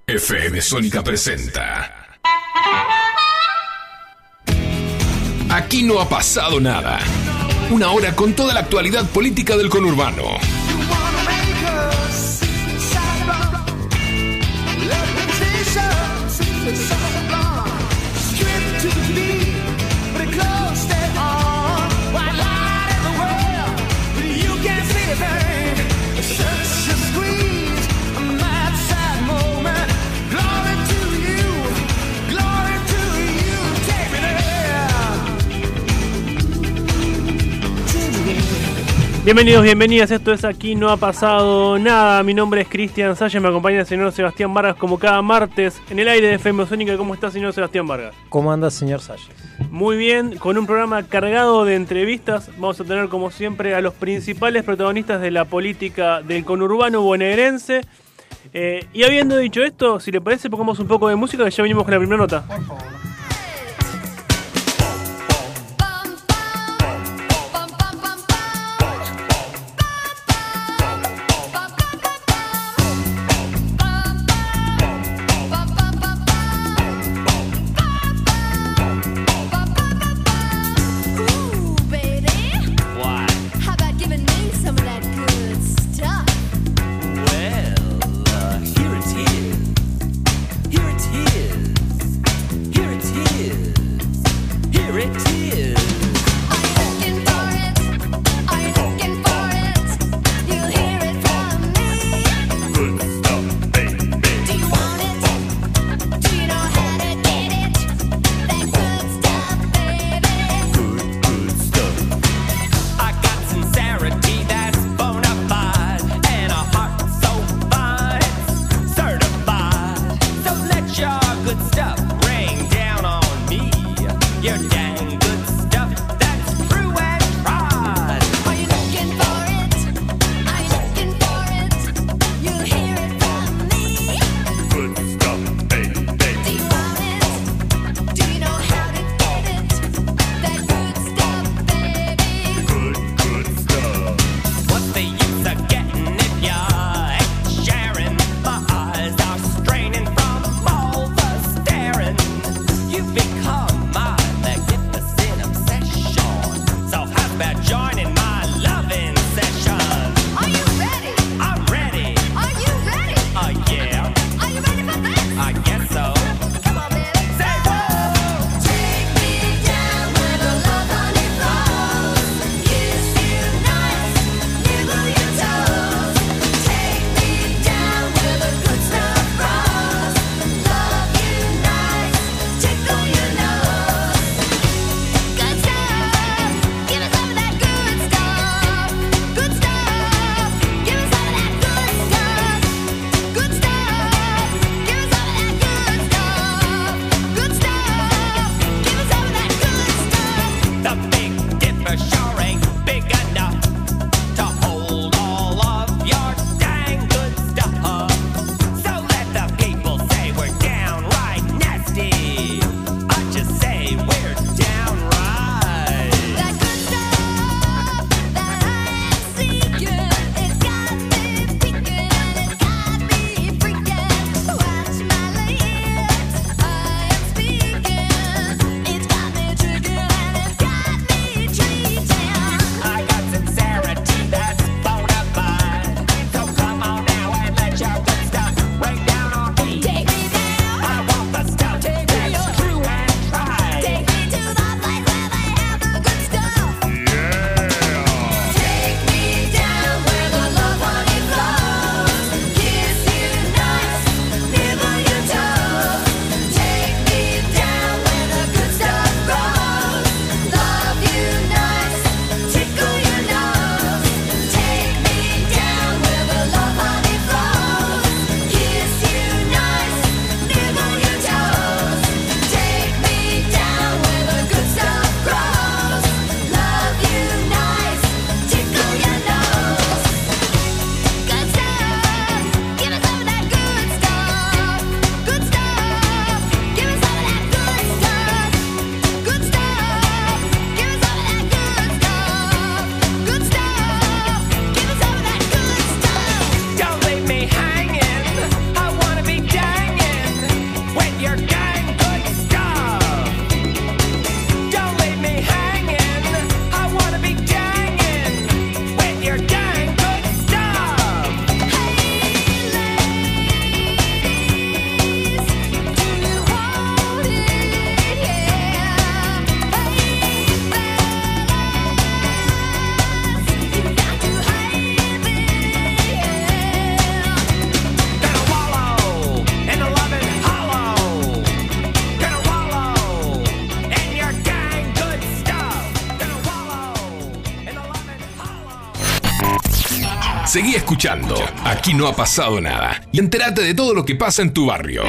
FM Sónica presenta. Aquí no ha pasado nada. Una hora con toda la actualidad política del conurbano. Bienvenidos, bienvenidas, esto es Aquí no ha pasado nada. Mi nombre es Cristian Salles, me acompaña el señor Sebastián Vargas como cada martes en el aire de FM Sónica. ¿Cómo está, señor Sebastián Vargas? ¿Cómo anda, señor Salles? Muy bien, con un programa cargado de entrevistas. Vamos a tener, como siempre, a los principales protagonistas de la política del conurbano bonaerense. Y habiendo dicho esto, si le parece, pongamos un poco de música, que ya venimos con la primera nota. Por favor. Here it is. Seguí escuchando. Aquí no ha pasado nada. Y entérate de todo lo que pasa en tu barrio.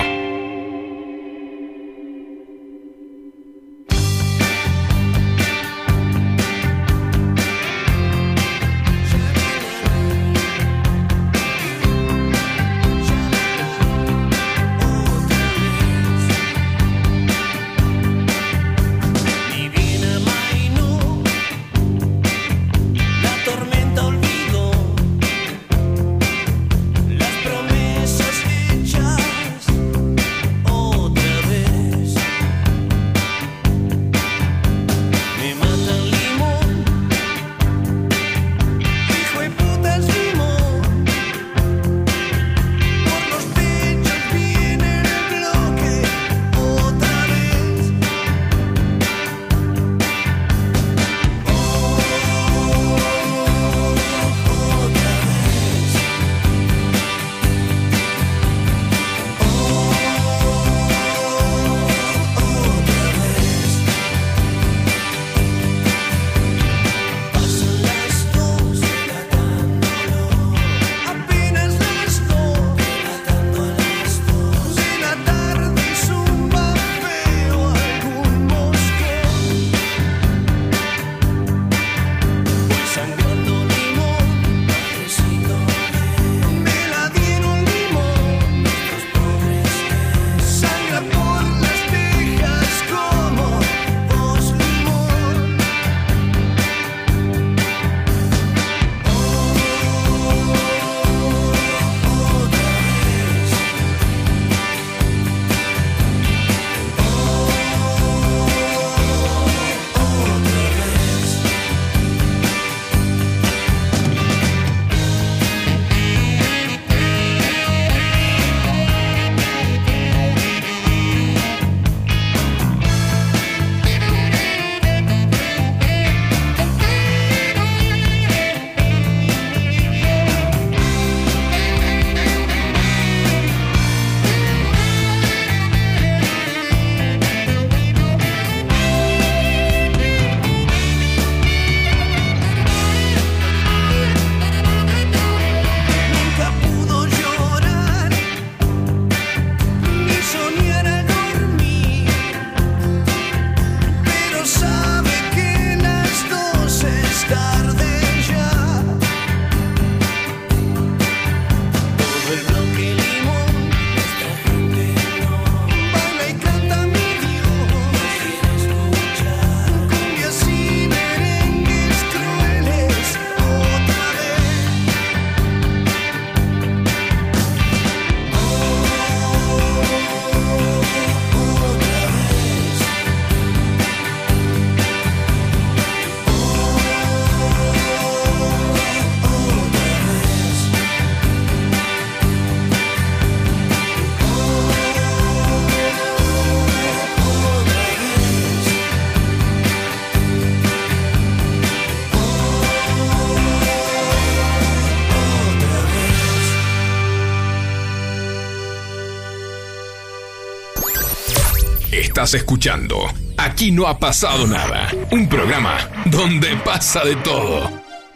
Estás escuchando Aquí no ha pasado nada, un programa donde pasa de todo.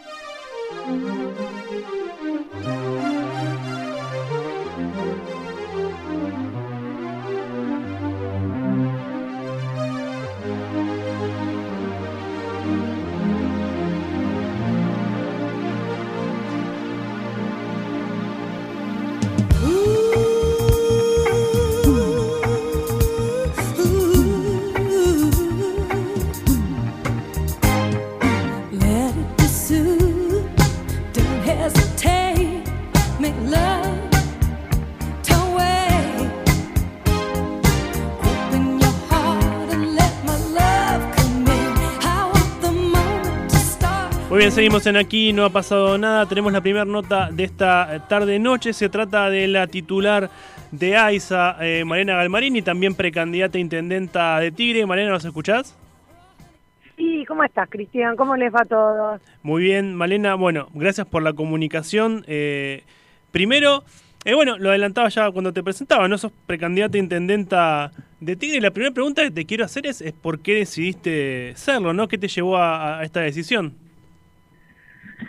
Muy bien, seguimos en Aquí no ha pasado nada. Tenemos la primera nota de esta tarde-noche. Se trata de la titular de AISA, Malena Galmarini, también precandidata a intendenta de Tigre. Malena, ¿nos escuchás? Sí, ¿cómo estás, Cristian? ¿Cómo les va a todos? Muy bien, Malena. Bueno, gracias por la comunicación. Primero, bueno, lo adelantaba ya cuando te presentaba, ¿no? Sos precandidata a intendenta de Tigre. Y la primera pregunta que te quiero hacer es ¿por qué decidiste serlo, no? ¿Qué te llevó a esta decisión?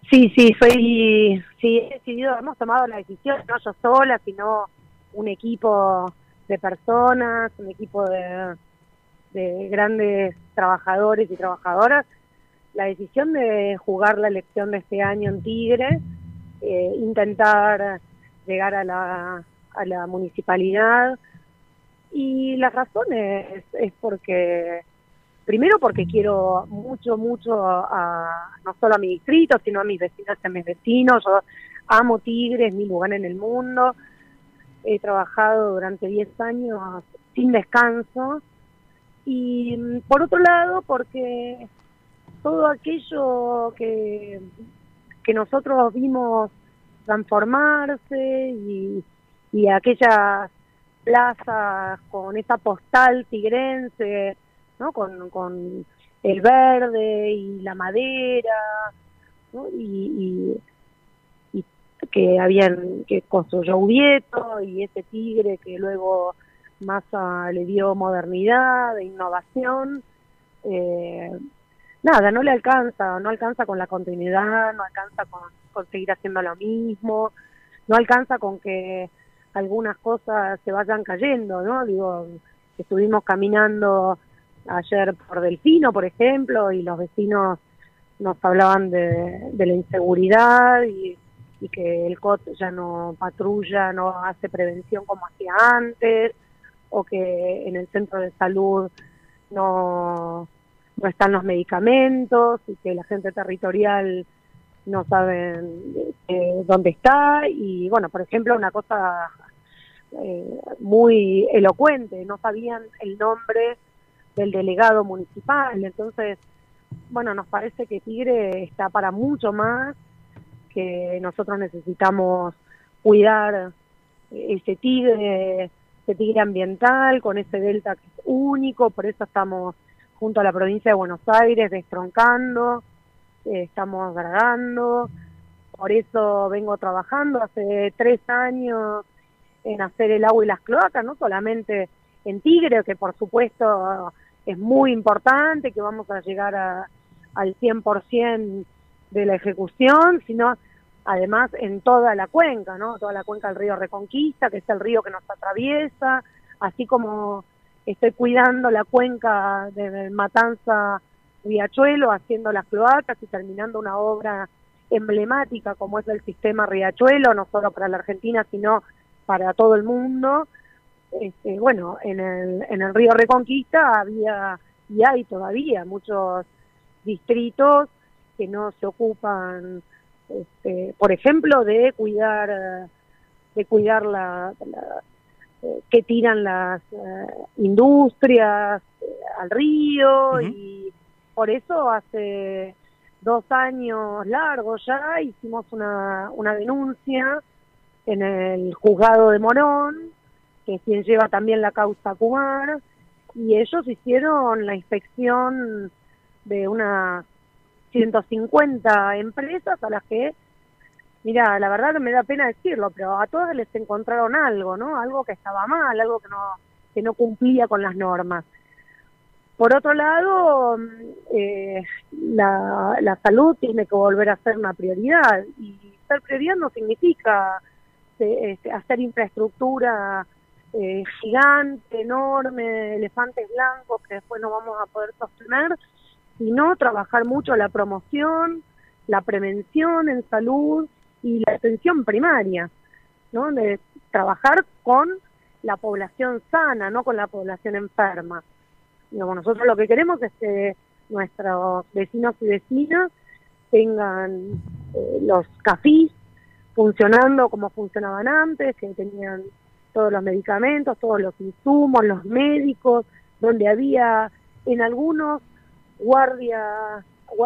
Sí, he decidido, hemos tomado la decisión, no yo sola, sino un equipo de personas, un equipo de grandes trabajadores y trabajadoras, la decisión de jugar la elección de este año en Tigre, intentar llegar a la municipalidad, y la razón es porque, primero porque quiero mucho, no solo a mi distrito, sino a mis vecinas y a mis vecinos. Yo amo Tigre, es mi lugar en el mundo. He trabajado durante 10 años sin descanso. Y por otro lado, porque todo aquello que nosotros vimos transformarse y aquellas plazas con esa postal tigrense, ¿no? Con el verde y la madera, ¿no? Y que construyó Ubieto, y ese Tigre que luego Massa le dio modernidad e innovación. Nada, no alcanza con la continuidad, no alcanza con seguir haciendo lo mismo, no alcanza con que algunas cosas se vayan cayendo, ¿no? Digo, estuvimos caminando ayer por Delfino, por ejemplo, y los vecinos nos hablaban de la inseguridad y que el COT ya no patrulla, no hace prevención como hacía antes, o que en el centro de salud no están los medicamentos, y que la gente territorial no saben dónde está. Y bueno, por ejemplo, una cosa muy elocuente, no sabían el nombre del delegado municipal. Entonces, bueno, nos parece que Tigre está para mucho más, que nosotros necesitamos cuidar ese Tigre ambiental, con ese delta que es único. Por eso estamos junto a la provincia de Buenos Aires destroncando, estamos dragando. Por eso vengo trabajando hace 3 años en hacer el agua y las cloacas, no solamente en Tigre, que por supuesto es muy importante, que vamos a llegar al 100% de la ejecución, sino además en toda la cuenca, ¿no? Toda la cuenca del río Reconquista, que es el río que nos atraviesa, así como estoy cuidando la cuenca de Matanza Riachuelo, haciendo las cloacas y terminando una obra emblemática como es el sistema Riachuelo, no solo para la Argentina, sino para todo el mundo. Bueno, en el río Reconquista había y hay todavía muchos distritos que no se ocupan, por ejemplo, de cuidar que tiran las industrias al río. Uh-huh. Y por eso hace 2 años largos ya hicimos una denuncia en el juzgado de Morón, que es quien lleva también la causa Kumar, y ellos hicieron la inspección de unas 150 empresas a las que, mira, la verdad que me da pena decirlo, pero a todas les encontraron algo, ¿no? Algo que estaba mal, algo que no cumplía con las normas. Por otro lado, la salud tiene que volver a ser una prioridad, y ser prioridad no significa hacer infraestructura gigante, enorme, elefantes blancos que después no vamos a poder sostener, sino trabajar mucho la promoción, la prevención en salud y la atención primaria, ¿no? De trabajar con la población sana, no con la población enferma. Digamos, nosotros lo que queremos es que nuestros vecinos y vecinas tengan los CAFIS funcionando como funcionaban antes, que tenían todos los medicamentos, todos los insumos, los médicos, donde había en algunos guardia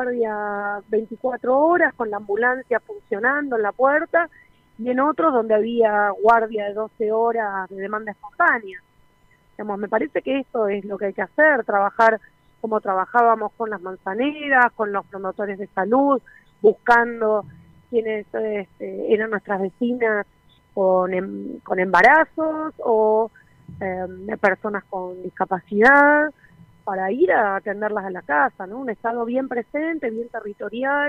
24 horas con la ambulancia funcionando en la puerta, y en otros donde había guardia de 12 horas de demanda espontánea. Digamos, me parece que esto es lo que hay que hacer, trabajar como trabajábamos con las manzaneras, con los promotores de salud, buscando quienes eran nuestras vecinas con embarazos o personas con discapacidad, para ir a atenderlas a la casa, ¿no? Un Estado bien presente, bien territorial,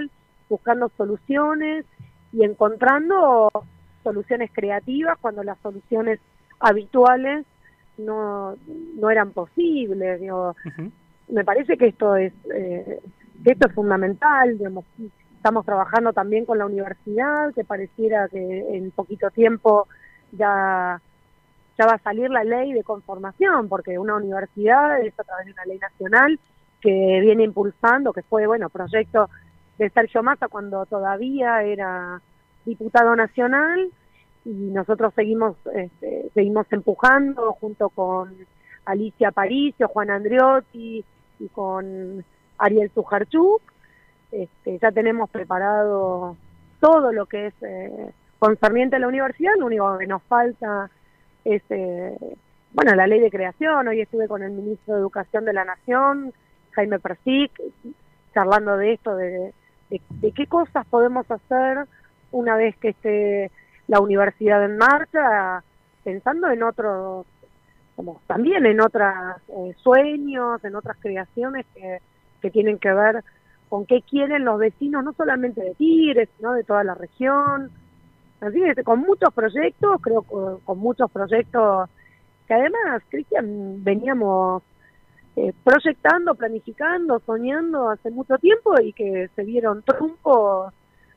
buscando soluciones y encontrando soluciones creativas cuando las soluciones habituales no eran posibles. Digo, me parece que esto es fundamental. Digamos, estamos trabajando también con la universidad, que pareciera que en poquito tiempo ya va a salir la ley de conformación, porque una universidad es a través de una ley nacional que viene impulsando, que fue, proyecto de Sergio Massa cuando todavía era diputado nacional, y nosotros seguimos empujando junto con Alicia Aparicio, Juan Andriotti y con Ariel Sujarchuk. Ya tenemos preparado todo lo que es concerniente a la universidad. Lo único que nos falta es la ley de creación. Hoy estuve con el ministro de Educación de la Nación, Jaime Persic, charlando de esto, de qué cosas podemos hacer una vez que esté la universidad en marcha, pensando en otros, como también en otros sueños, en otras creaciones que tienen que ver con qué quieren los vecinos, no solamente de Tigre, sino de toda la región. Así que con muchos proyectos, creo con muchos proyectos que además, Cristian, veníamos proyectando, planificando, soñando hace mucho tiempo y que se vieron truncos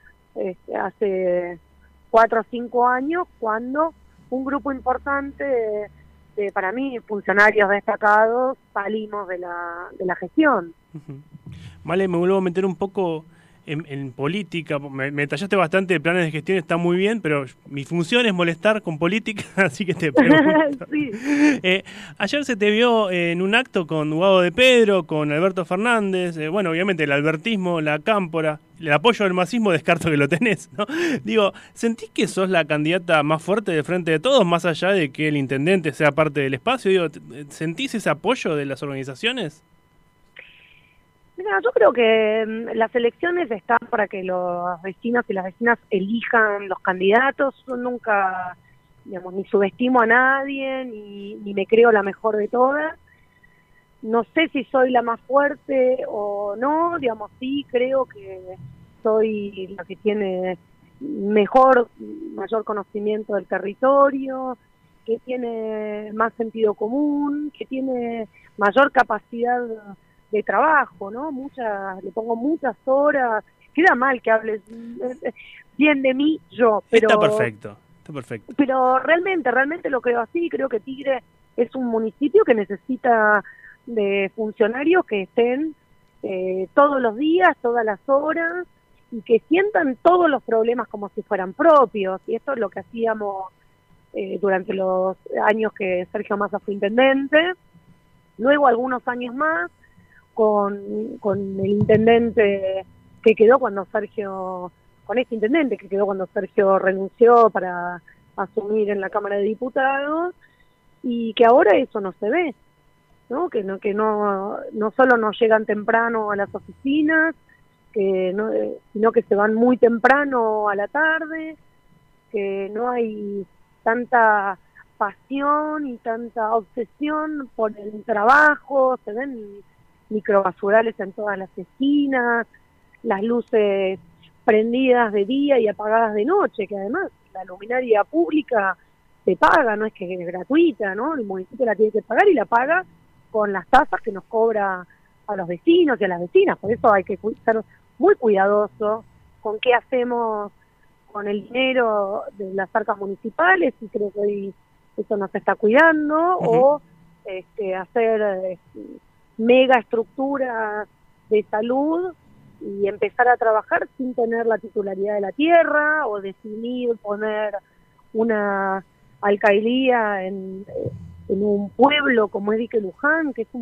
hace 4 o 5 años, cuando un grupo importante de para mí, funcionarios destacados, salimos de la gestión. Vale, me vuelvo a meter un poco en política. Me tallaste bastante de planes de gestión, está muy bien, pero mi función es molestar con política, así que te pregunto. Sí. Ayer se te vio en un acto con Guado de Pedro, con Alberto Fernández, obviamente el albertismo, la cámpora, el apoyo del masismo descarto que lo tenés, ¿no? Digo, ¿sentís que sos la candidata más fuerte de Frente de Todos, más allá de que el intendente sea parte del espacio? Digo, ¿sentís ese apoyo de las organizaciones? Mira, yo creo que las elecciones están para que los vecinos y las vecinas elijan los candidatos. Yo nunca, ni subestimo a nadie, ni me creo la mejor de todas. No sé si soy la más fuerte o no, sí creo que soy la que tiene mayor conocimiento del territorio, que tiene más sentido común, que tiene mayor capacidad de trabajo, ¿no? Le pongo muchas horas. Queda mal que hables bien de mí yo, pero está perfecto. Pero realmente lo creo así. Creo que Tigre es un municipio que necesita de funcionarios que estén todos los días, todas las horas, y que sientan todos los problemas como si fueran propios. Y esto es lo que hacíamos durante los años que Sergio Massa fue intendente, luego algunos años más con el intendente que quedó cuando Sergio, con este intendente que quedó cuando Sergio renunció para asumir en la Cámara de Diputados, y que ahora eso no se ve, ¿no? Que no solo no llegan temprano a las oficinas, sino que se van muy temprano a la tarde, que no hay tanta pasión y tanta obsesión por el trabajo. Se ven microbasurales en todas las esquinas, las luces prendidas de día y apagadas de noche, que además la luminaria pública se paga, no es que es gratuita, ¿no? El municipio la tiene que pagar y la paga con las tasas que nos cobra a los vecinos y a las vecinas. Por eso hay que ser muy cuidadoso con qué hacemos con el dinero de las arcas municipales, y creo que hoy eso nos está cuidando, o hacer mega estructuras de salud y empezar a trabajar sin tener la titularidad de la tierra, o decidir poner una alcaldía en un pueblo como es Dique Luján, que es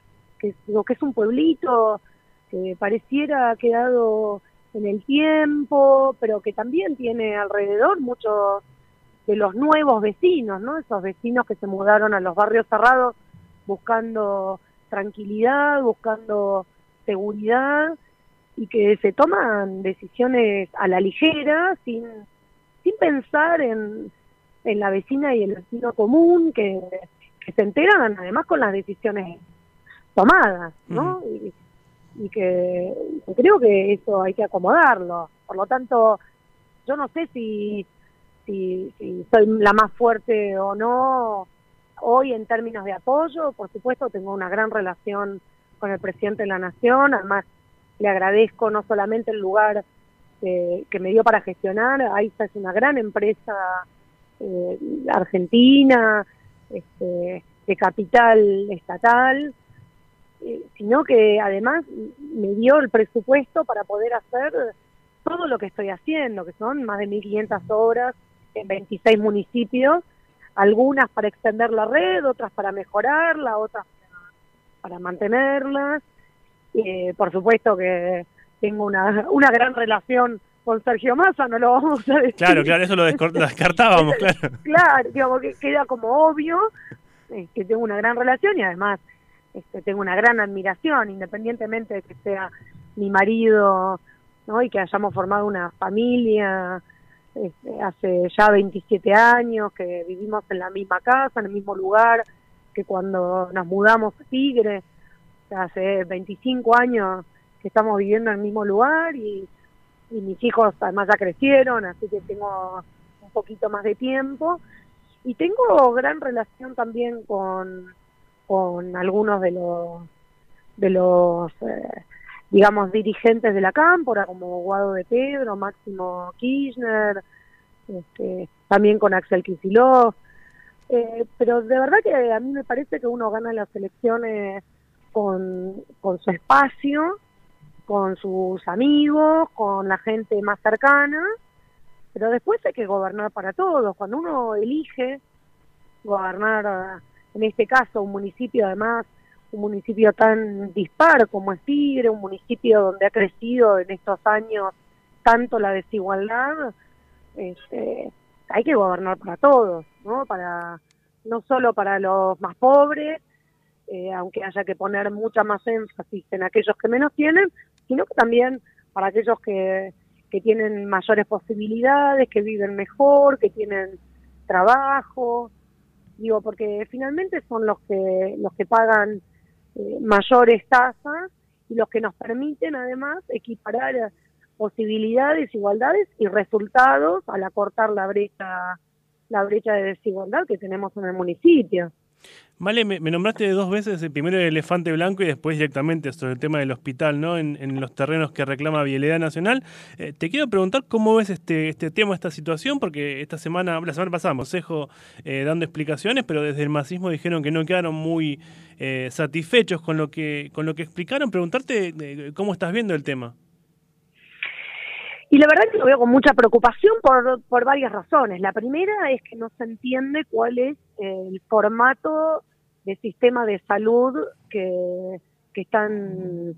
un pueblito que pareciera ha quedado en el tiempo, pero que también tiene alrededor muchos de los nuevos vecinos, ¿no? Esos vecinos que se mudaron a los barrios cerrados buscando tranquilidad, buscando seguridad, y que se toman decisiones a la ligera, sin pensar en la vecina y el vecino común, que se enteran además con las decisiones tomadas, ¿no? y que creo que eso hay que acomodarlo. Por lo tanto, yo no sé si soy la más fuerte o no hoy en términos de apoyo. Por supuesto, tengo una gran relación con el presidente de la Nación, además le agradezco no solamente el lugar que me dio para gestionar. AISA es una gran empresa argentina, de capital estatal, sino que además me dio el presupuesto para poder hacer todo lo que estoy haciendo, que son más de 1.500 obras en 26 municipios, algunas para extender la red, otras para mejorarla, otras para mantenerla. Por supuesto que tengo una gran relación con Sergio Massa, no lo vamos a decir. Claro, eso lo descartábamos, claro. Claro, digamos que queda como obvio que tengo una gran relación y además tengo una gran admiración, independientemente de que sea mi marido, ¿no? Y que hayamos formado una familia hace ya 27 años, que vivimos en la misma casa, en el mismo lugar, que cuando nos mudamos a Tigre, o sea, hace 25 años que estamos viviendo en el mismo lugar y mis hijos además ya crecieron, así que tengo un poquito más de tiempo. Y tengo gran relación también con algunos de los digamos, dirigentes de la Cámpora, como Guado de Pedro, Máximo Kirchner, también con Axel Kicillof. Pero de verdad que a mí me parece que uno gana las elecciones con su espacio, con sus amigos, con la gente más cercana, pero después hay que gobernar para todos. Cuando uno elige gobernar, en este caso, un municipio, además, un municipio tan dispar como es Tigre, un municipio donde ha crecido en estos años tanto la desigualdad, hay que gobernar para todos, ¿no? No solo para los más pobres, aunque haya que poner mucha más énfasis en aquellos que menos tienen, sino que también para aquellos que tienen mayores posibilidades, que viven mejor, que tienen trabajo, digo, porque finalmente son los que pagan mayores tasas y los que nos permiten además equiparar posibilidades, igualdades y resultados al acortar la brecha de desigualdad que tenemos en el municipio. Vale, me nombraste 2 veces, primero el elefante blanco y después directamente sobre el tema del hospital, ¿no? En los terrenos que reclama Vialidad Nacional. Te quiero preguntar cómo ves este tema, esta situación, porque la semana pasada, Monsejo dando explicaciones, pero desde el masismo dijeron que no quedaron muy satisfechos con lo que explicaron. Preguntarte cómo estás viendo el tema. Y la verdad es que lo veo con mucha preocupación por varias razones. La primera es que no se entiende cuál es el formato de sistema de salud que están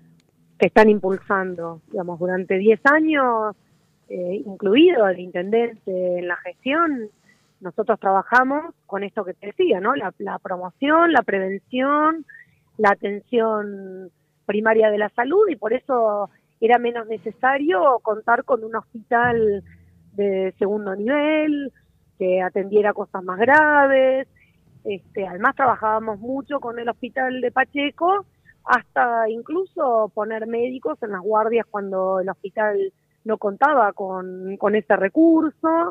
impulsando. Digamos, durante 10 años, incluido el intendente en la gestión, nosotros trabajamos con esto que te decía, ¿no? La promoción, la prevención, la atención primaria de la salud, y por eso era menos necesario contar con un hospital de segundo nivel, que atendiera cosas más graves. Además trabajábamos mucho con el hospital de Pacheco, hasta incluso poner médicos en las guardias cuando el hospital no contaba con ese recurso,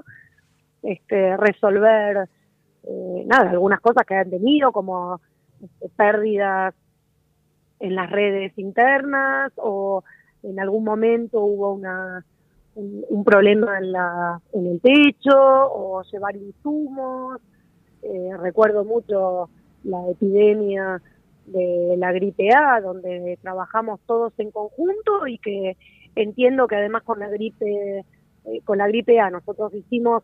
resolver algunas cosas que han tenido, como pérdidas en las redes internas, o en algún momento hubo un problema en el techo, o llevar insumos. Recuerdo mucho la epidemia de la gripe A, donde trabajamos todos en conjunto, y que entiendo que además con la gripe A nosotros hicimos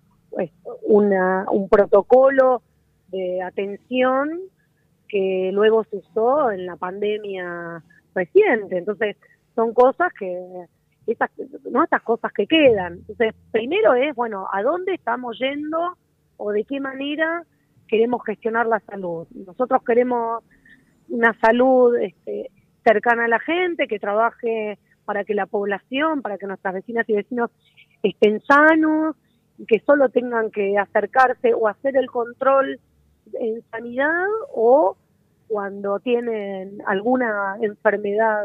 un protocolo de atención que luego se usó en la pandemia reciente. Entonces son cosas estas cosas que quedan. Entonces, primero es, bueno, ¿a dónde estamos yendo o de qué manera queremos gestionar la salud? Nosotros queremos una salud cercana a la gente, que trabaje para que la población, para que nuestras vecinas y vecinos estén sanos, y que solo tengan que acercarse o hacer el control en sanidad, o cuando tienen alguna enfermedad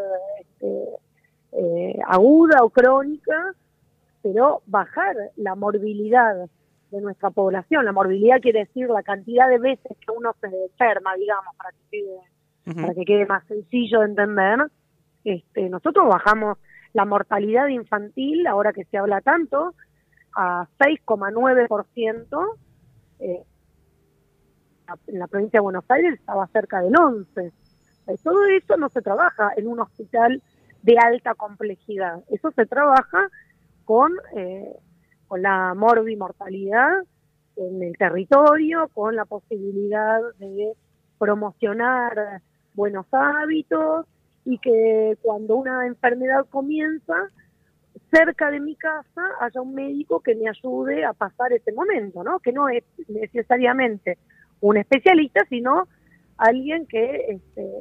aguda o crónica, pero bajar la morbilidad de nuestra población. La morbilidad quiere decir la cantidad de veces que uno se enferma, digamos, para que quede más sencillo de entender. Nosotros bajamos la mortalidad infantil, ahora que se habla tanto, a 6,9%. En la provincia de Buenos Aires estaba cerca del 11%. Todo eso no se trabaja en un hospital de alta complejidad. Eso se trabaja con la morbimortalidad en el territorio, con la posibilidad de promocionar buenos hábitos y que cuando una enfermedad comienza, cerca de mi casa haya un médico que me ayude a pasar ese momento, ¿no? Que no es necesariamente un especialista, sino alguien que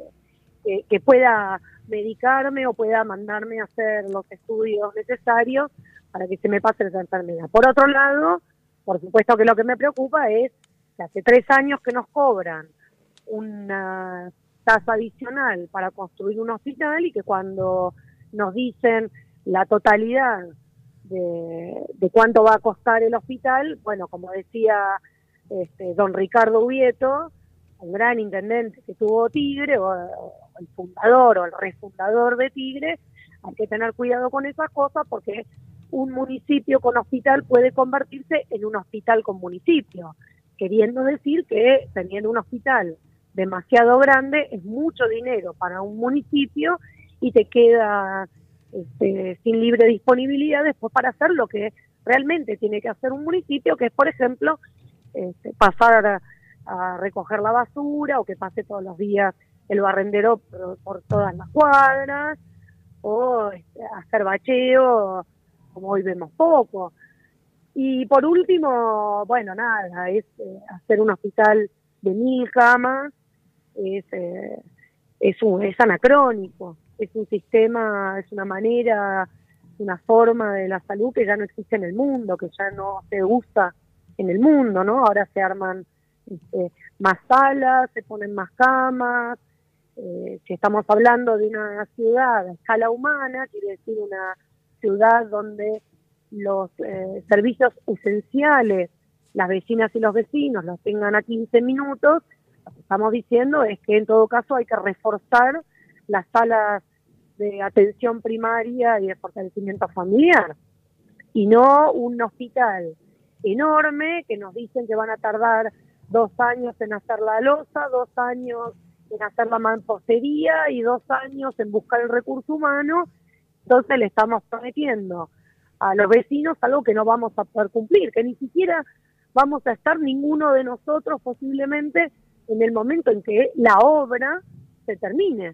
pueda medicarme o pueda mandarme a hacer los estudios necesarios para que se me pase esa enfermedad. Por otro lado, por supuesto que lo que me preocupa es que hace 3 años que nos cobran una tasa adicional para construir un hospital y que cuando nos dicen la totalidad de cuánto va a costar el hospital, bueno, como decía don Ricardo Ubieto, un gran intendente que tuvo Tigre, o el fundador o el refundador de Tigre, hay que tener cuidado con esas cosas porque un municipio con hospital puede convertirse en un hospital con municipio, queriendo decir que teniendo un hospital demasiado grande es mucho dinero para un municipio y te queda sin libre disponibilidad después para hacer lo que realmente tiene que hacer un municipio, que es, por ejemplo, pasar a recoger la basura o que pase todos los días el barrendero por todas las cuadras o hacer bacheo, como hoy vemos poco. Y por último, bueno, nada, es hacer un hospital de 1.000 camas, es anacrónico, es un sistema, es una manera, una forma de la salud que ya no existe en el mundo, que ya no se usa en el mundo, ¿no? Ahora se arman más salas, se ponen más camas. Si estamos hablando de una ciudad a escala humana, quiere decir una ciudad donde los servicios esenciales, las vecinas y los vecinos los tengan a 15 minutos, lo que estamos diciendo es que en todo caso hay que reforzar las salas de atención primaria y de fortalecimiento familiar, y no un hospital enorme que nos dicen que van a tardar 2 años en hacer la losa, 2 años en hacer la mampostería y 2 años en buscar el recurso humano. Entonces le estamos prometiendo a los vecinos algo que no vamos a poder cumplir, que ni siquiera vamos a estar ninguno de nosotros posiblemente en el momento en que la obra se termine.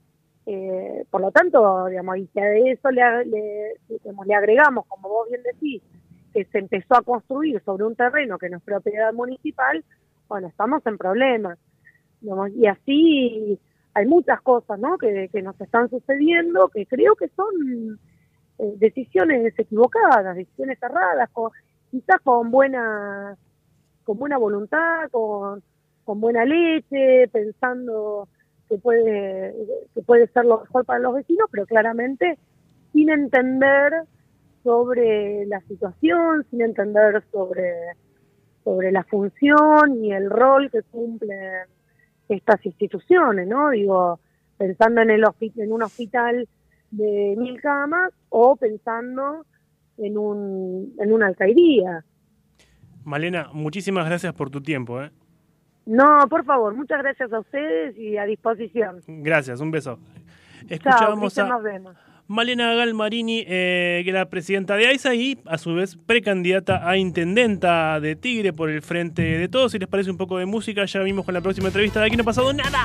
Por lo tanto, digamos, y si a eso le agregamos, como vos bien decís, que se empezó a construir sobre un terreno que no es propiedad municipal, bueno, estamos en problemas. Digamos, y así hay muchas cosas, ¿no?, que nos están sucediendo, que creo que son decisiones equivocadas, decisiones erradas, quizás con buena voluntad, con buena leche, pensando que puede ser lo mejor para los vecinos, pero claramente sin entender sobre la situación, sin entender sobre la función y el rol que cumplen estas instituciones, ¿no? Digo, pensando en un hospital de 1.000 camas o pensando en una alcaldía. Malena, muchísimas gracias por tu tiempo, ¿eh? No, por favor, muchas gracias a ustedes y a disposición. Gracias, un beso. Escuchábamos a Malena Galmarini, que era presidenta de AISA y a su vez precandidata a intendenta de Tigre por el Frente de Todos. Si les parece un poco de música, ya vimos con la próxima entrevista de Aquí No ha pasado nada.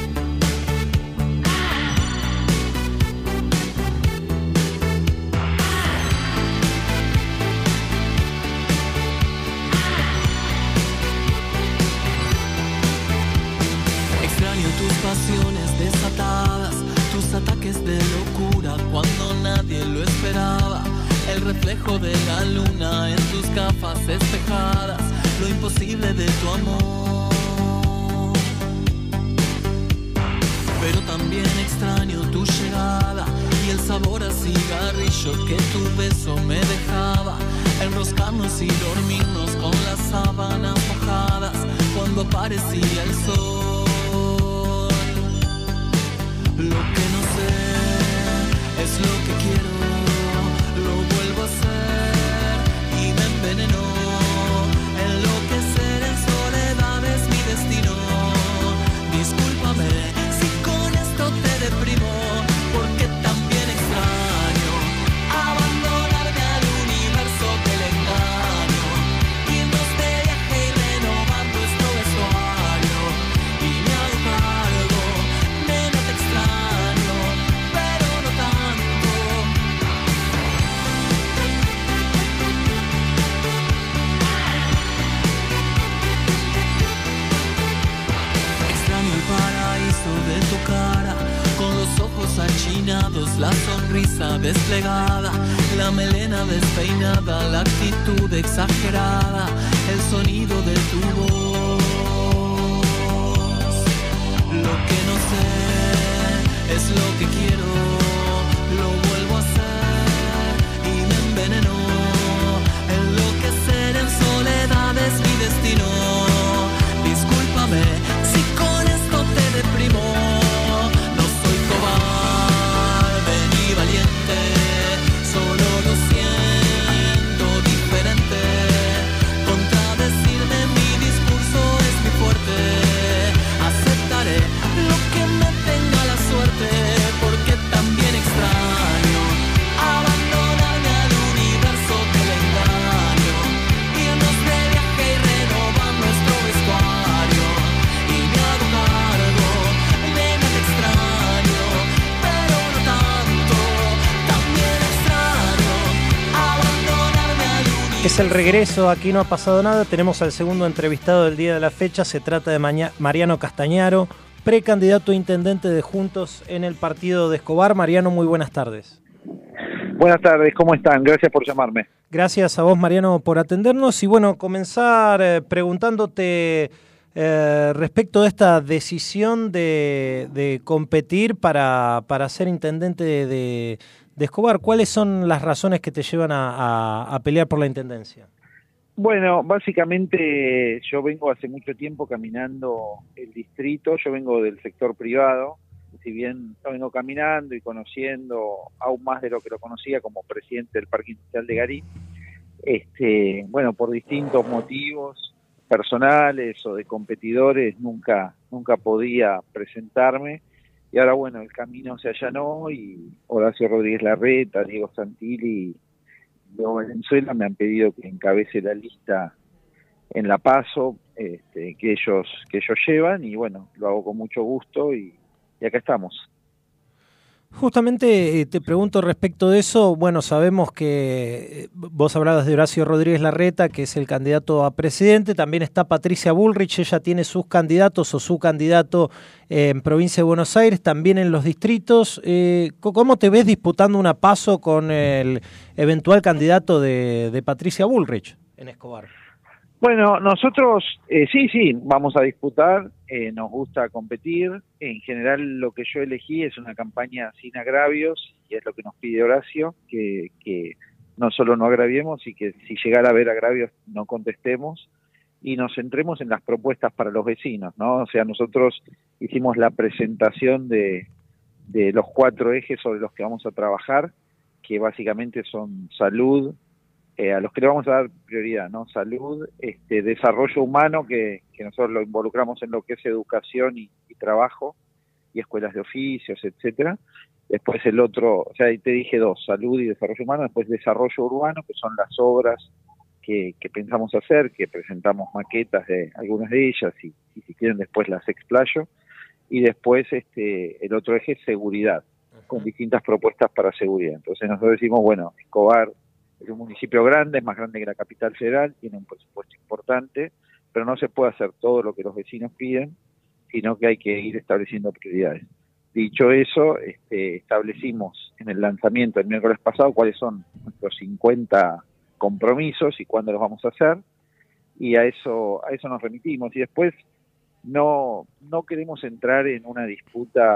Pasiones desatadas, tus ataques de locura cuando nadie lo esperaba, el reflejo de la luna en tus gafas despejadas, lo imposible de tu amor. también extraño tu llegada y el sabor a cigarrillo que tu beso me dejaba. Enroscarnos y dormirnos con las sábanas mojadas cuando aparecía el sol. Lo que no sé es lo que quiero, lo vuelvo a hacer y me envenenó. Enloquecer en soledad es mi destino. Discúlpame si con esto te deprimo, porque también extraño abandonarme al universo que le engaño, irnos de viaje y renovar nuestro vestuario. Y me hago cargo, nena, te extraño, pero no tanto. Extraño el paraíso de tu cara, con los ojos achinados, la sonrisa desplegada, la melena despeinada, la actitud exagerada, el sonido de tu voz. Lo que no sé es lo que quiero, lo vuelvo a hacer y me envenenó. Enloquecer en soledad es mi destino. Discúlpame si con esto te deprimo. No soy cobarde ni valiente, solo lo siento diferente. Contradecirme mi discurso es mi fuerte. Aceptaré lo que me tenga la suerte, porque también extraño abandonarme al universo que le engaño, irnos de viaje y renovar nuestro vestuario. Y me hago cargo, nena, te extraño, pero no tanto. También extraño abandonarme al universo. Es el regreso, aquí no ha pasado nada. Tenemos al segundo entrevistado del día de la fecha. Se trata de Mariano Castañaro, precandidato a intendente de Juntos en el partido de Escobar. Mariano, muy buenas tardes. Buenas tardes, ¿cómo están? Gracias por llamarme. Gracias a vos, Mariano, por atendernos. Y bueno, comenzar preguntándote respecto de esta decisión de competir para ser intendente de Escobar. ¿Cuáles son las razones que te llevan a pelear por la intendencia? Bueno, básicamente yo vengo hace mucho tiempo caminando el distrito, yo vengo del sector privado, si bien yo vengo caminando y conociendo aún más de lo que lo conocía como presidente del Parque Industrial de Garín, bueno, por distintos motivos personales o de competidores nunca podía presentarme, y ahora bueno, el camino se allanó y Horacio Rodríguez Larreta, Diego Santilli de Venezuela me han pedido que encabece la lista en la PASO que ellos llevan, y bueno, lo hago con mucho gusto y acá estamos. Justamente te pregunto respecto de eso. Bueno, sabemos que vos hablabas de Horacio Rodríguez Larreta, que es el candidato a presidente. También está Patricia Bullrich, ella tiene sus candidatos o su candidato en provincia de Buenos Aires, también en los distritos. ¿Cómo te ves disputando una PASO con el eventual candidato de Patricia Bullrich en Escobar? Bueno, nosotros sí, vamos a disputar, nos gusta competir. En general lo que yo elegí es una campaña sin agravios, y es lo que nos pide Horacio, que no solo no agraviemos, y que si llegara a haber agravios no contestemos, y nos centremos en las propuestas para los vecinos, ¿no? O sea, nosotros hicimos la presentación de los 4 ejes sobre los que vamos a trabajar, que básicamente son salud, a los que le vamos a dar prioridad, ¿no? Salud, desarrollo humano, que nosotros lo involucramos en lo que es educación y trabajo, y escuelas de oficios, etcétera. Después el otro, o sea, ahí te dije 2, salud y desarrollo humano. Después desarrollo urbano, que son las obras que pensamos hacer, que presentamos maquetas de algunas de ellas, y si quieren después las explayo. Y después el otro eje es seguridad, con distintas propuestas para seguridad. Entonces nosotros decimos, bueno, Escobar es un municipio grande, es más grande que la capital federal, tiene un presupuesto importante, pero no se puede hacer todo lo que los vecinos piden, sino que hay que ir estableciendo prioridades. Dicho eso, establecimos en el lanzamiento el miércoles pasado cuáles son nuestros 50 compromisos y cuándo los vamos a hacer, y a eso nos remitimos. Y después no queremos entrar en una disputa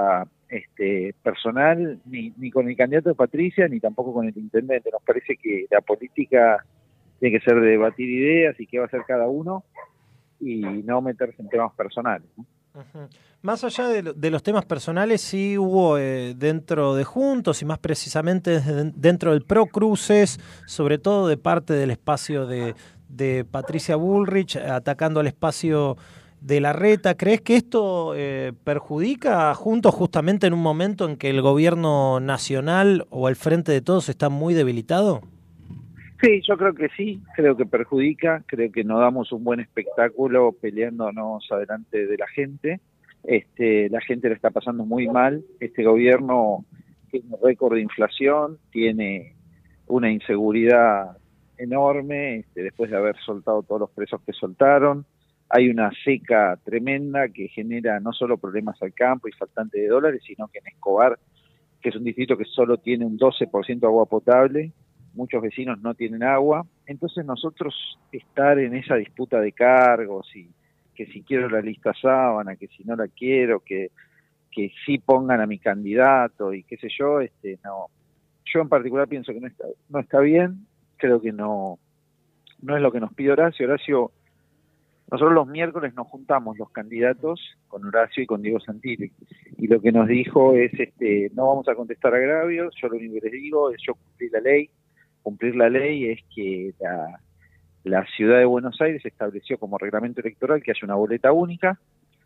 personal ni con el candidato de Patricia ni tampoco con el intendente. Nos parece que la política tiene que ser de debatir ideas y qué va a hacer cada uno y no meterse en temas personales, ¿no? Uh-huh. Más allá de los temas personales, sí hubo dentro de Juntos y más precisamente dentro del PRO cruces, sobre todo de parte del espacio de Patricia Bullrich, atacando al espacio de Larreta. ¿Crees que esto perjudica a Juntos justamente en un momento en que el gobierno nacional o el Frente de Todos está muy debilitado? Sí, yo creo que sí, creo que perjudica, creo que no damos un buen espectáculo peleándonos adelante de la gente. La gente le está pasando muy mal. Este gobierno tiene un récord de inflación, tiene una inseguridad enorme, después de haber soltado todos los presos que soltaron. Hay una seca tremenda que genera no solo problemas al campo y faltante de dólares, sino que en Escobar, que es un distrito que solo tiene un 12% de agua potable, muchos vecinos no tienen agua. Entonces nosotros estar en esa disputa de cargos y que si quiero la lista sábana, que si no la quiero, que sí pongan a mi candidato y qué sé yo, no. Yo en particular pienso que no está bien, creo que no es lo que nos pide Horacio. Nosotros los miércoles nos juntamos los candidatos con Horacio y con Diego Santilli, y lo que nos dijo es, no vamos a contestar agravios, yo lo único que les digo es yo cumplir la ley. Cumplir la ley es que la ciudad de Buenos Aires estableció como reglamento electoral que haya una boleta única,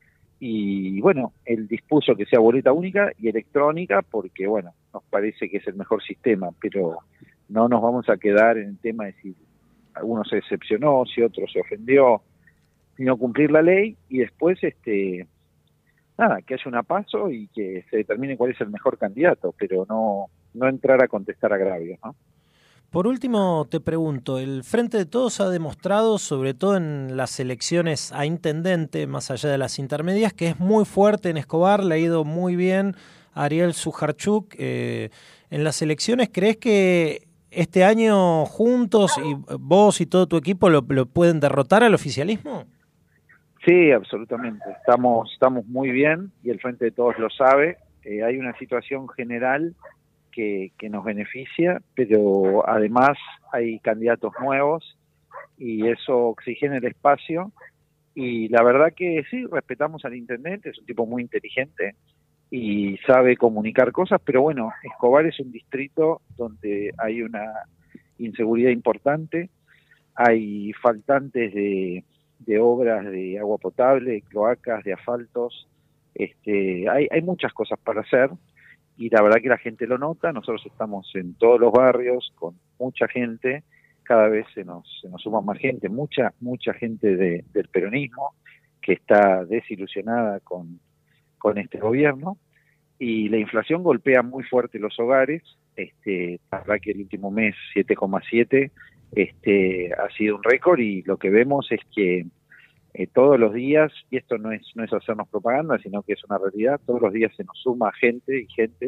y bueno, él dispuso que sea boleta única y electrónica porque, bueno, nos parece que es el mejor sistema, pero no nos vamos a quedar en el tema de si alguno se decepcionó, si otro se ofendió, sino cumplir la ley y después, nada, que haya una paso y que se determine cuál es el mejor candidato, pero no entrar a contestar agravios, ¿no? Por último, te pregunto, el Frente de Todos ha demostrado, sobre todo en las elecciones a intendente, más allá de las intermedias, que es muy fuerte en Escobar, le ha ido muy bien a Ariel Sujarchuk. En las elecciones, ¿crees que este año Juntos y vos y todo tu equipo lo pueden derrotar al oficialismo? Sí, absolutamente. Estamos muy bien y el Frente de Todos lo sabe. Hay una situación general que nos beneficia, pero además hay candidatos nuevos y eso oxigena el espacio. Y la verdad que sí, respetamos al intendente, es un tipo muy inteligente y sabe comunicar cosas, pero bueno, Escobar es un distrito donde hay una inseguridad importante, hay faltantes de obras de agua potable, de cloacas, de asfaltos, hay muchas cosas para hacer. Y la verdad que la gente lo nota. Nosotros estamos en todos los barrios con mucha gente, cada vez se nos suma más gente, mucha gente del peronismo que está desilusionada con este gobierno, y la inflación golpea muy fuerte los hogares. La verdad que el último mes 7,7 ha sido un récord, y lo que vemos es que todos los días, y esto no es hacernos propaganda, sino que es una realidad, todos los días se nos suma gente,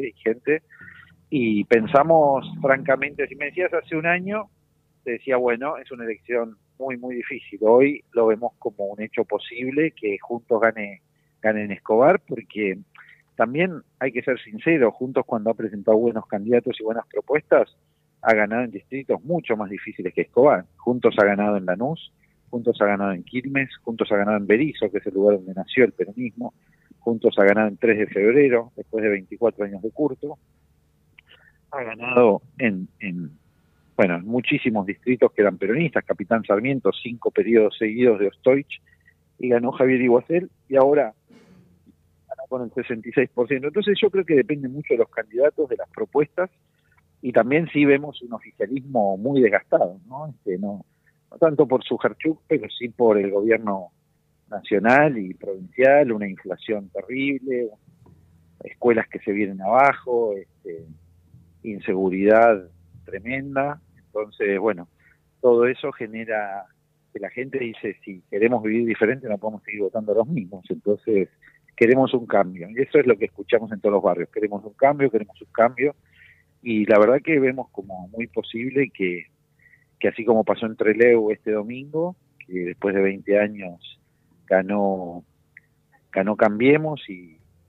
y pensamos francamente, si me decías hace un año, te decía, bueno, es una elección muy, muy difícil. Hoy lo vemos como un hecho posible, que Juntos gane en Escobar, porque también hay que ser sincero, Juntos cuando ha presentado buenos candidatos y buenas propuestas, ha ganado en distritos mucho más difíciles que Escobar. Juntos ha ganado en Lanús, Juntos ha ganado en Quilmes, Juntos ha ganado en Berisso, que es el lugar donde nació el peronismo, Juntos ha ganado en 3 de febrero, después de 24 años de Curto, ha ganado en muchísimos distritos que eran peronistas, Capitán Sarmiento, 5 periodos seguidos de Ostoich, y ganó Javier Iguacel, y ahora ganó con el 66%. Entonces yo creo que depende mucho de los candidatos, de las propuestas, y también sí vemos un oficialismo muy desgastado, ¿no? No tanto por Sujarchuk, pero sí por el gobierno nacional y provincial, una inflación terrible, escuelas que se vienen abajo, inseguridad tremenda. Entonces, bueno, todo eso genera que la gente dice, si queremos vivir diferente no podemos seguir votando a los mismos. Entonces, queremos un cambio. Y eso es lo que escuchamos en todos los barrios. Queremos un cambio. Y la verdad que vemos como muy posible que así como pasó en Trelew este domingo, que después de 20 años ganó Cambiemos, y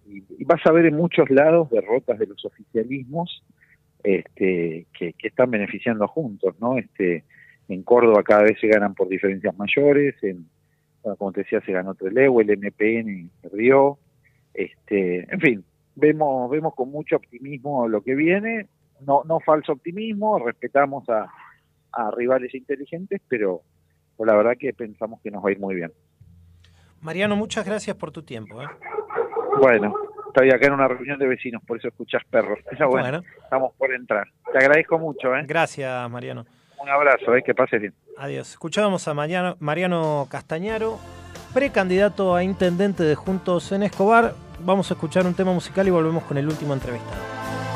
y vas a ver en muchos lados derrotas de los oficialismos que están beneficiando a Juntos, ¿no? En Córdoba cada vez se ganan por diferencias mayores, como te decía, se ganó Trelew, el MPN perdió, en fin, vemos con mucho optimismo lo que viene, no falso optimismo, respetamos a rivales inteligentes, pero la verdad que pensamos que nos va a ir muy bien. Mariano, muchas gracias por tu tiempo. Bueno, estoy acá en una reunión de vecinos, por eso escuchás perros. Pero bueno, estamos por entrar. Te agradezco mucho. Gracias, Mariano. Un abrazo, que pases bien. Adiós. Escuchábamos a Mariano Castañaro, precandidato a intendente de Juntos en Escobar. Vamos a escuchar un tema musical y volvemos con el último entrevistado.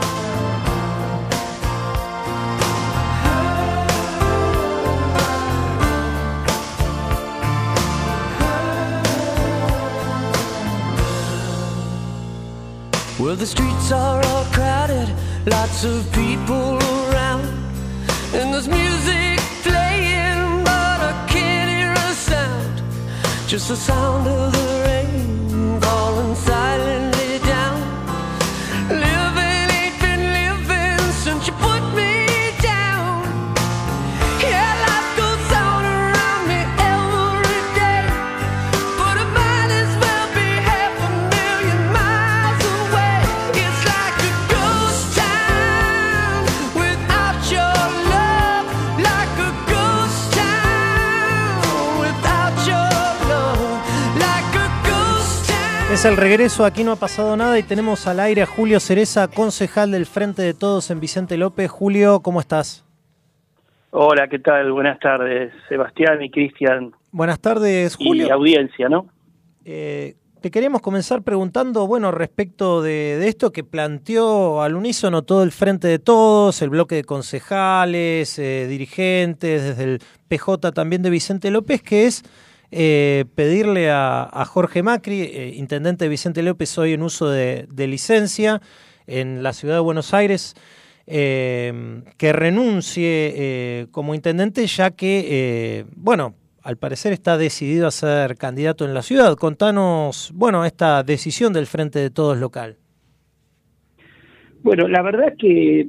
Well, the streets are all crowded, lots of people around, and there's music playing, but I can't hear a sound, just the sound of the rain falling silently down. Living ain't been living since you put me down. Yeah, life goes on around me every day, but I might as well be 500,000 miles away. It's like a ghost town without your love, like a ghost town without your love, like a ghost town. Es el regreso, aquí no ha pasado nada y tenemos al aire a Julio Cereza, concejal del Frente de Todos en Vicente López. Julio, ¿cómo estás? Hola, ¿qué tal? Buenas tardes, Sebastián y Cristian. Buenas tardes, Julio. Y audiencia, ¿no? Te queríamos comenzar preguntando, bueno, respecto de esto que planteó al unísono todo el Frente de Todos, el bloque de concejales, dirigentes, desde el PJ también de Vicente López, que es pedirle a Jorge Macri, intendente de Vicente López, hoy en uso de licencia en la ciudad de Buenos Aires, que renuncie como intendente, ya que, al parecer está decidido a ser candidato en la ciudad. Contanos, esta decisión del Frente de Todos local. Bueno, la verdad es que,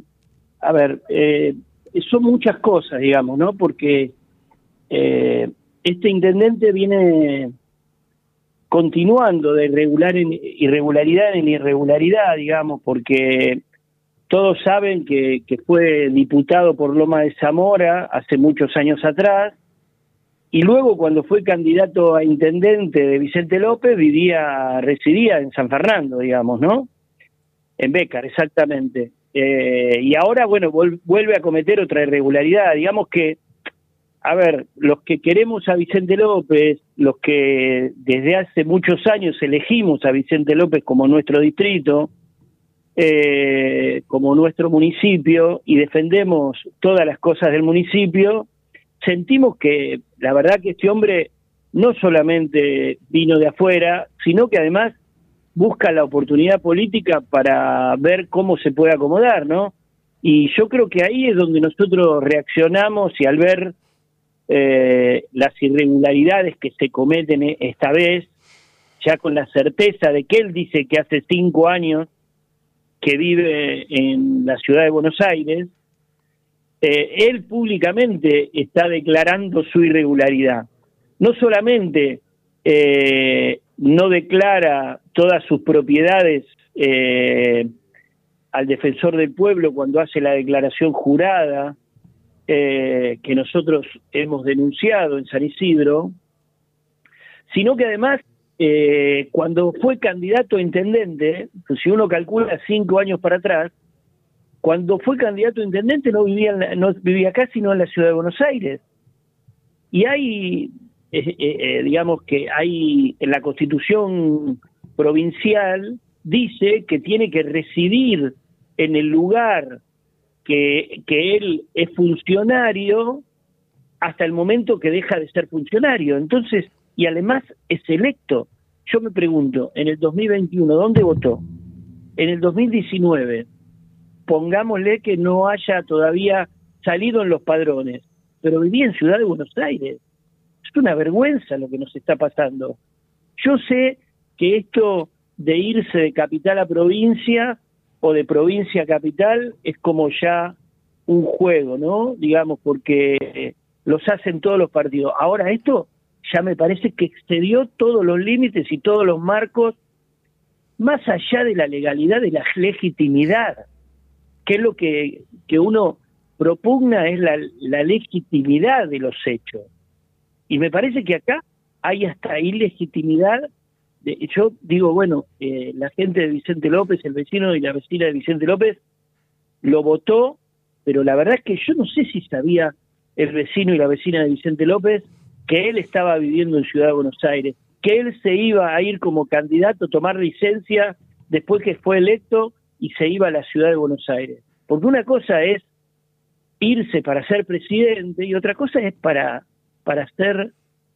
son muchas cosas, digamos, ¿no? Porque este intendente viene continuando de irregularidad en irregularidad, digamos, porque todos saben que fue diputado por Loma de Zamora hace muchos años atrás, y luego cuando fue candidato a intendente de Vicente López residía en San Fernando, digamos, ¿no? En Bécar, exactamente. Y ahora, vuelve a cometer otra irregularidad. Digamos que, los que queremos a Vicente López, los que desde hace muchos años elegimos a Vicente López como nuestro distrito, como nuestro municipio, y defendemos todas las cosas del municipio, sentimos que la verdad que este hombre no solamente vino de afuera, sino que además busca la oportunidad política para ver cómo se puede acomodar, ¿no? Y yo creo que ahí es donde nosotros reaccionamos, y al ver las irregularidades que se cometen esta vez, ya con la certeza de que él dice que hace 5 años que vive en la ciudad de Buenos Aires, él públicamente está declarando su irregularidad. No solamente no declara todas sus propiedades al defensor del pueblo cuando hace la declaración jurada que nosotros hemos denunciado en San Isidro, sino que además cuando fue candidato a intendente, pues si uno calcula 5 años para atrás, cuando fue candidato a intendente no vivía acá, sino en la ciudad de Buenos Aires. Y hay, digamos que hay, en la Constitución provincial dice que tiene que residir en el lugar que él es funcionario hasta el momento que deja de ser funcionario. Entonces, y además es electo. Yo me pregunto, en el 2021, ¿dónde votó? En el 2019, pongámosle que no haya todavía salido en los padrones, pero vivía en Ciudad de Buenos Aires. Es una vergüenza lo que nos está pasando. Yo sé que esto de irse de capital a provincia o de provincia a capital es como ya un juego, ¿no? Digamos, porque los hacen todos los partidos. Ahora esto ya me parece que excedió todos los límites y todos los marcos, más allá de la legalidad, de la legitimidad, que es lo que uno propugna, es la legitimidad de los hechos. Y me parece que acá hay hasta ilegitimidad. Yo digo, bueno, la gente de Vicente López, el vecino y la vecina de Vicente López, lo votó, pero la verdad es que yo no sé si sabía el vecino y la vecina de Vicente López que él estaba viviendo en Ciudad de Buenos Aires, que él se iba a ir como candidato, tomar licencia después que fue electo y se iba a la Ciudad de Buenos Aires. Porque una cosa es irse para ser presidente y otra cosa es para ser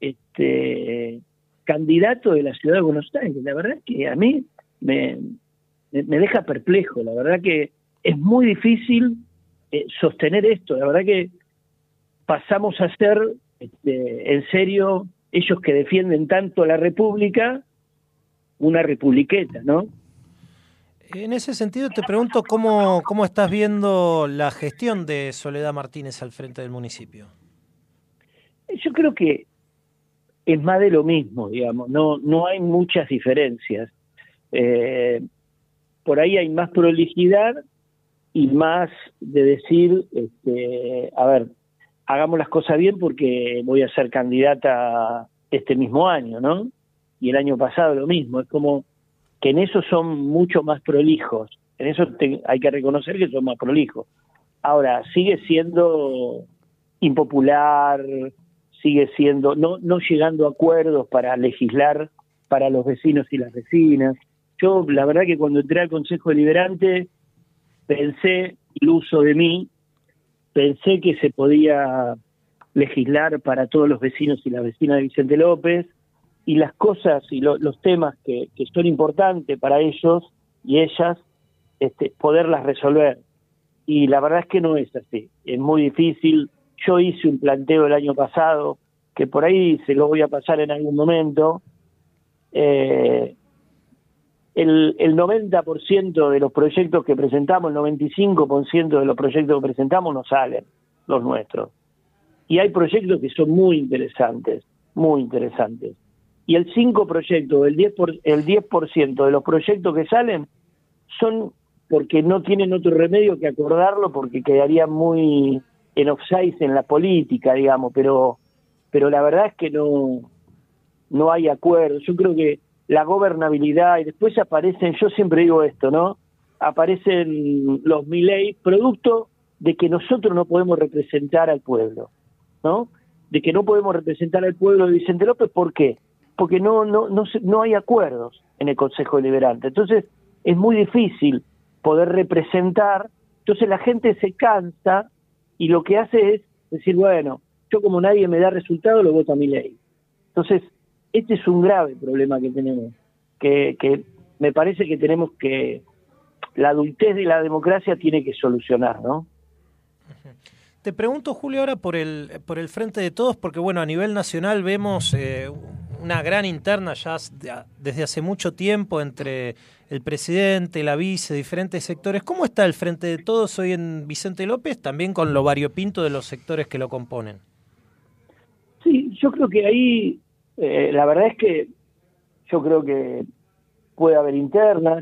candidato de la Ciudad de Buenos Aires. La verdad es que a mí me deja perplejo. La verdad que es muy difícil sostener esto. La verdad que pasamos a ser, en serio, ellos que defienden tanto la República, una republiqueta, ¿no? En ese sentido te pregunto cómo estás viendo la gestión de Soledad Martínez al frente del municipio. Yo creo que es más de lo mismo, digamos, no hay muchas diferencias. Por ahí hay más prolijidad y más de decir, a ver, hagamos las cosas bien porque voy a ser candidata este mismo año, ¿no? Y el año pasado lo mismo, es como que en eso son mucho más prolijos, en eso hay que reconocer que son más prolijos. Ahora, sigue siendo impopular, sigue siendo, no llegando a acuerdos para legislar para los vecinos y las vecinas. Yo, la verdad que cuando entré al Consejo Deliberante, pensé, iluso de mí, pensé que se podía legislar para todos los vecinos y las vecinas de Vicente López, y las cosas y los temas que son importantes para ellos y ellas, poderlas resolver. Y la verdad es que no es así, es muy difícil. Yo hice un planteo el año pasado, que por ahí se lo voy a pasar en algún momento. El 90% de los proyectos que presentamos, el 95% de los proyectos que presentamos no salen, los nuestros. Y hay proyectos que son muy interesantes, muy interesantes. Y el 5%, el 10% de los proyectos que salen son porque no tienen otro remedio que acordarlo, porque quedarían muy en offside en la política, digamos, pero la verdad es que no hay acuerdo. Yo creo que la gobernabilidad, y después aparecen, yo siempre digo esto, ¿no? Aparecen los Milei, producto de que nosotros no podemos representar al pueblo, ¿no? De que no podemos representar al pueblo de Vicente López, ¿por qué? Porque no hay acuerdos en el Consejo Deliberante. Entonces es muy difícil poder representar, entonces la gente se cansa y lo que hace es decir, bueno, yo como nadie me da resultado, lo voto a Milei. Entonces, este es un grave problema que tenemos, que me parece que tenemos que, la adultez de la democracia tiene que solucionar, ¿no? Te pregunto, Julio, ahora por el Frente de Todos, porque bueno, a nivel nacional vemos una gran interna ya desde hace mucho tiempo entre el presidente, la vice, diferentes sectores. ¿Cómo está el Frente de Todos hoy en Vicente López, también con lo variopinto de los sectores que lo componen? Sí, yo creo que ahí, la verdad es que yo creo que puede haber internas,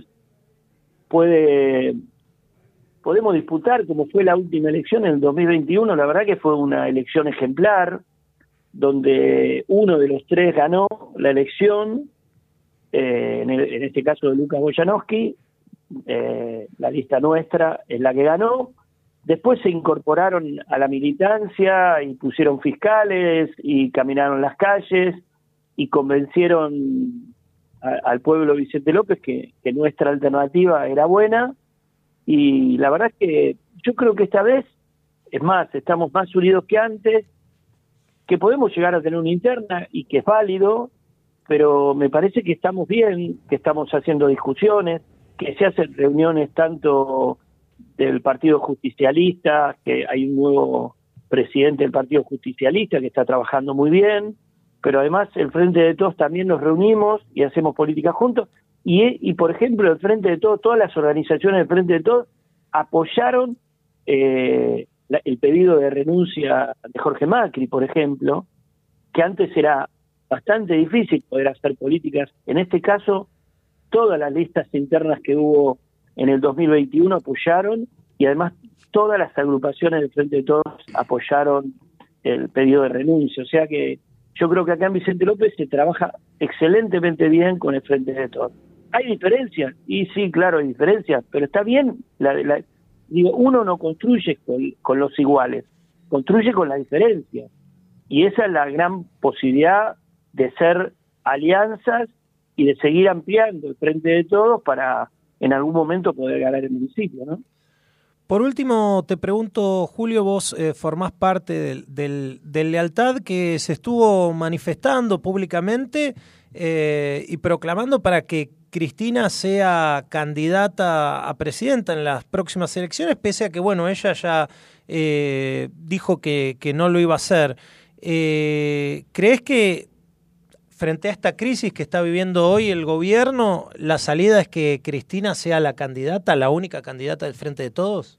podemos disputar como fue la última elección en el 2021, la verdad que fue una elección ejemplar, donde uno de los tres ganó la elección, en este caso de Lucas Boyanowski, la lista nuestra es la que ganó. Después se incorporaron a la militancia y pusieron fiscales y caminaron las calles y convencieron al pueblo de Vicente López que nuestra alternativa era buena. Y la verdad es que yo creo que esta vez, es más, estamos más unidos que antes, que podemos llegar a tener una interna y que es válido, pero me parece que estamos bien, que estamos haciendo discusiones, que se hacen reuniones tanto del Partido Justicialista, que hay un nuevo presidente del Partido Justicialista que está trabajando muy bien, pero además el Frente de Todos también nos reunimos y hacemos política juntos, y por ejemplo, el Frente de Todos, todas las organizaciones del Frente de Todos apoyaron el pedido de renuncia de Jorge Macri, por ejemplo, que antes era bastante difícil poder hacer políticas. En este caso, todas las listas internas que hubo en el 2021 apoyaron, y además todas las agrupaciones del Frente de Todos apoyaron el pedido de renuncia. O sea que yo creo que acá en Vicente López se trabaja excelentemente bien con el Frente de Todos. ¿Hay diferencias? Y sí, claro, hay diferencias, pero está bien. Digo, uno no construye con los iguales, construye con las diferencias. Y esa es la gran posibilidad de ser alianzas y de seguir ampliando el Frente de Todos para en algún momento poder ganar el municipio, ¿no? Por último, te pregunto, Julio, vos formás parte del Lealtad que se estuvo manifestando públicamente y proclamando para que Cristina sea candidata a presidenta en las próximas elecciones, pese a que, bueno, ella ya dijo que no lo iba a hacer. ¿Crees que frente a esta crisis que está viviendo hoy el gobierno, la salida es que Cristina sea la candidata, la única candidata del Frente de Todos?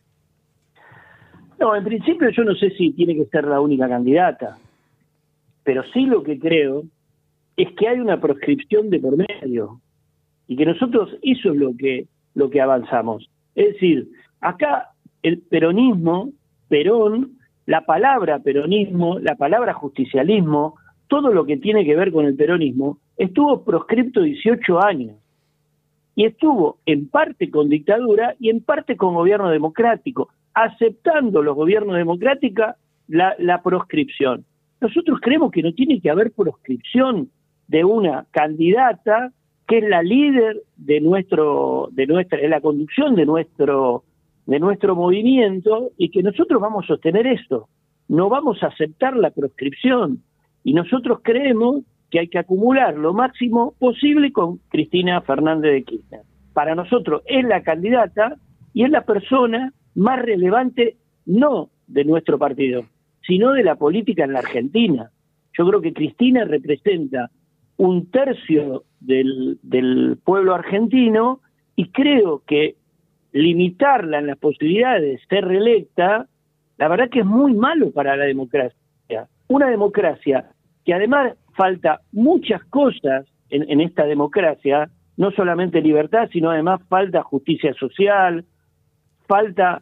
No, en principio yo no sé si tiene que ser la única candidata, pero sí lo que creo es que hay una proscripción de por medio y que nosotros eso es lo que avanzamos. Es decir, acá el peronismo, Perón, la palabra peronismo, la palabra justicialismo, todo lo que tiene que ver con el peronismo, estuvo proscripto 18 años. Y estuvo en parte con dictadura y en parte con gobierno democrático, aceptando los gobiernos democráticos la proscripción. Nosotros creemos que no tiene que haber proscripción de una candidata que es la líder de la conducción de nuestro movimiento, y que nosotros vamos a sostener esto. No vamos a aceptar la proscripción. Y nosotros creemos que hay que acumular lo máximo posible con Cristina Fernández de Kirchner. Para nosotros es la candidata y es la persona más relevante, no de nuestro partido, sino de la política en la Argentina. Yo creo que Cristina representa 1/3 del pueblo argentino, y creo que limitarla en las posibilidades de ser reelecta, la verdad que es muy malo para la democracia. Una democracia que además falta muchas cosas en esta democracia, no solamente libertad, sino además falta justicia social, falta,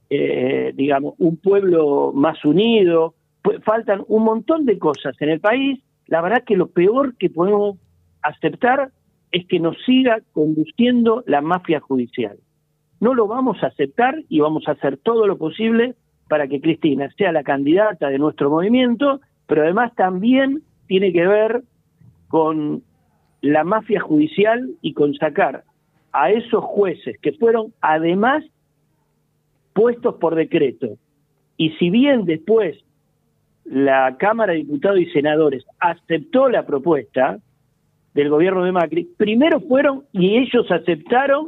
un pueblo más unido, faltan un montón de cosas en el país. La verdad que lo peor que podemos aceptar es que nos siga conduciendo la mafia judicial. No lo vamos a aceptar y vamos a hacer todo lo posible para que Cristina sea la candidata de nuestro movimiento, pero además también tiene que ver con la mafia judicial y con sacar a esos jueces que fueron además puestos por decreto. Y si bien después la Cámara de Diputados y Senadores aceptó la propuesta del gobierno de Macri, primero fueron y ellos aceptaron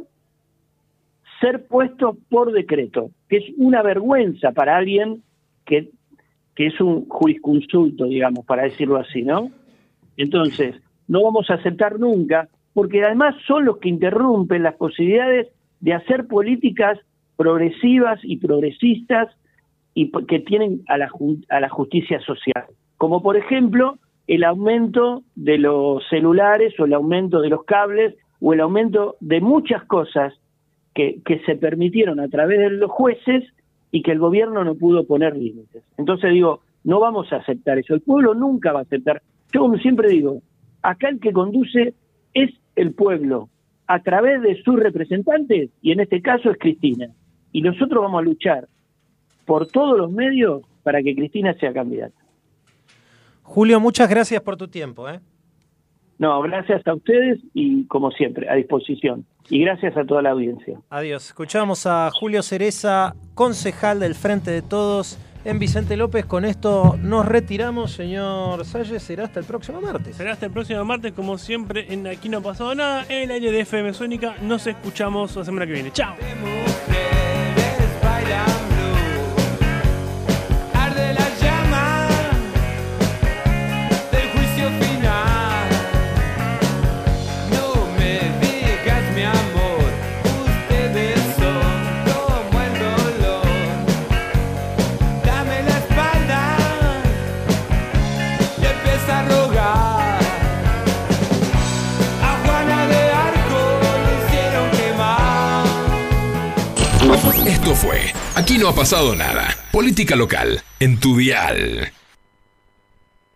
ser puestos por decreto, que es una vergüenza para alguien que es un jurisconsulto, digamos, para decirlo así, ¿no? Entonces, no vamos a aceptar nunca, porque además son los que interrumpen las posibilidades de hacer políticas progresivas y progresistas y que tienen a la justicia social, como por ejemplo el aumento de los celulares o el aumento de los cables o el aumento de muchas cosas que se permitieron a través de los jueces y que el gobierno no pudo poner límites. Entonces digo, no vamos a aceptar eso, el pueblo nunca va a aceptar. Yo como siempre digo, acá el que conduce es el pueblo, a través de sus representantes, y en este caso es Cristina. Y nosotros vamos a luchar por todos los medios para que Cristina sea candidata. Julio, muchas gracias por tu tiempo. No, gracias a ustedes y como siempre, a disposición. Y gracias a toda la audiencia. Adiós. Escuchamos a Julio Cereza, concejal del Frente de Todos en Vicente López. Con esto nos retiramos, señor Salles. Será hasta el próximo martes. Será hasta el próximo martes, como siempre, en Aquí No Ha Pasado Nada, en el aire de FM Sónica. Nos escuchamos la semana que viene. ¡Chao! Del juicio final, no me Esto fue Aquí no ha pasado nada. Política local en tu dial.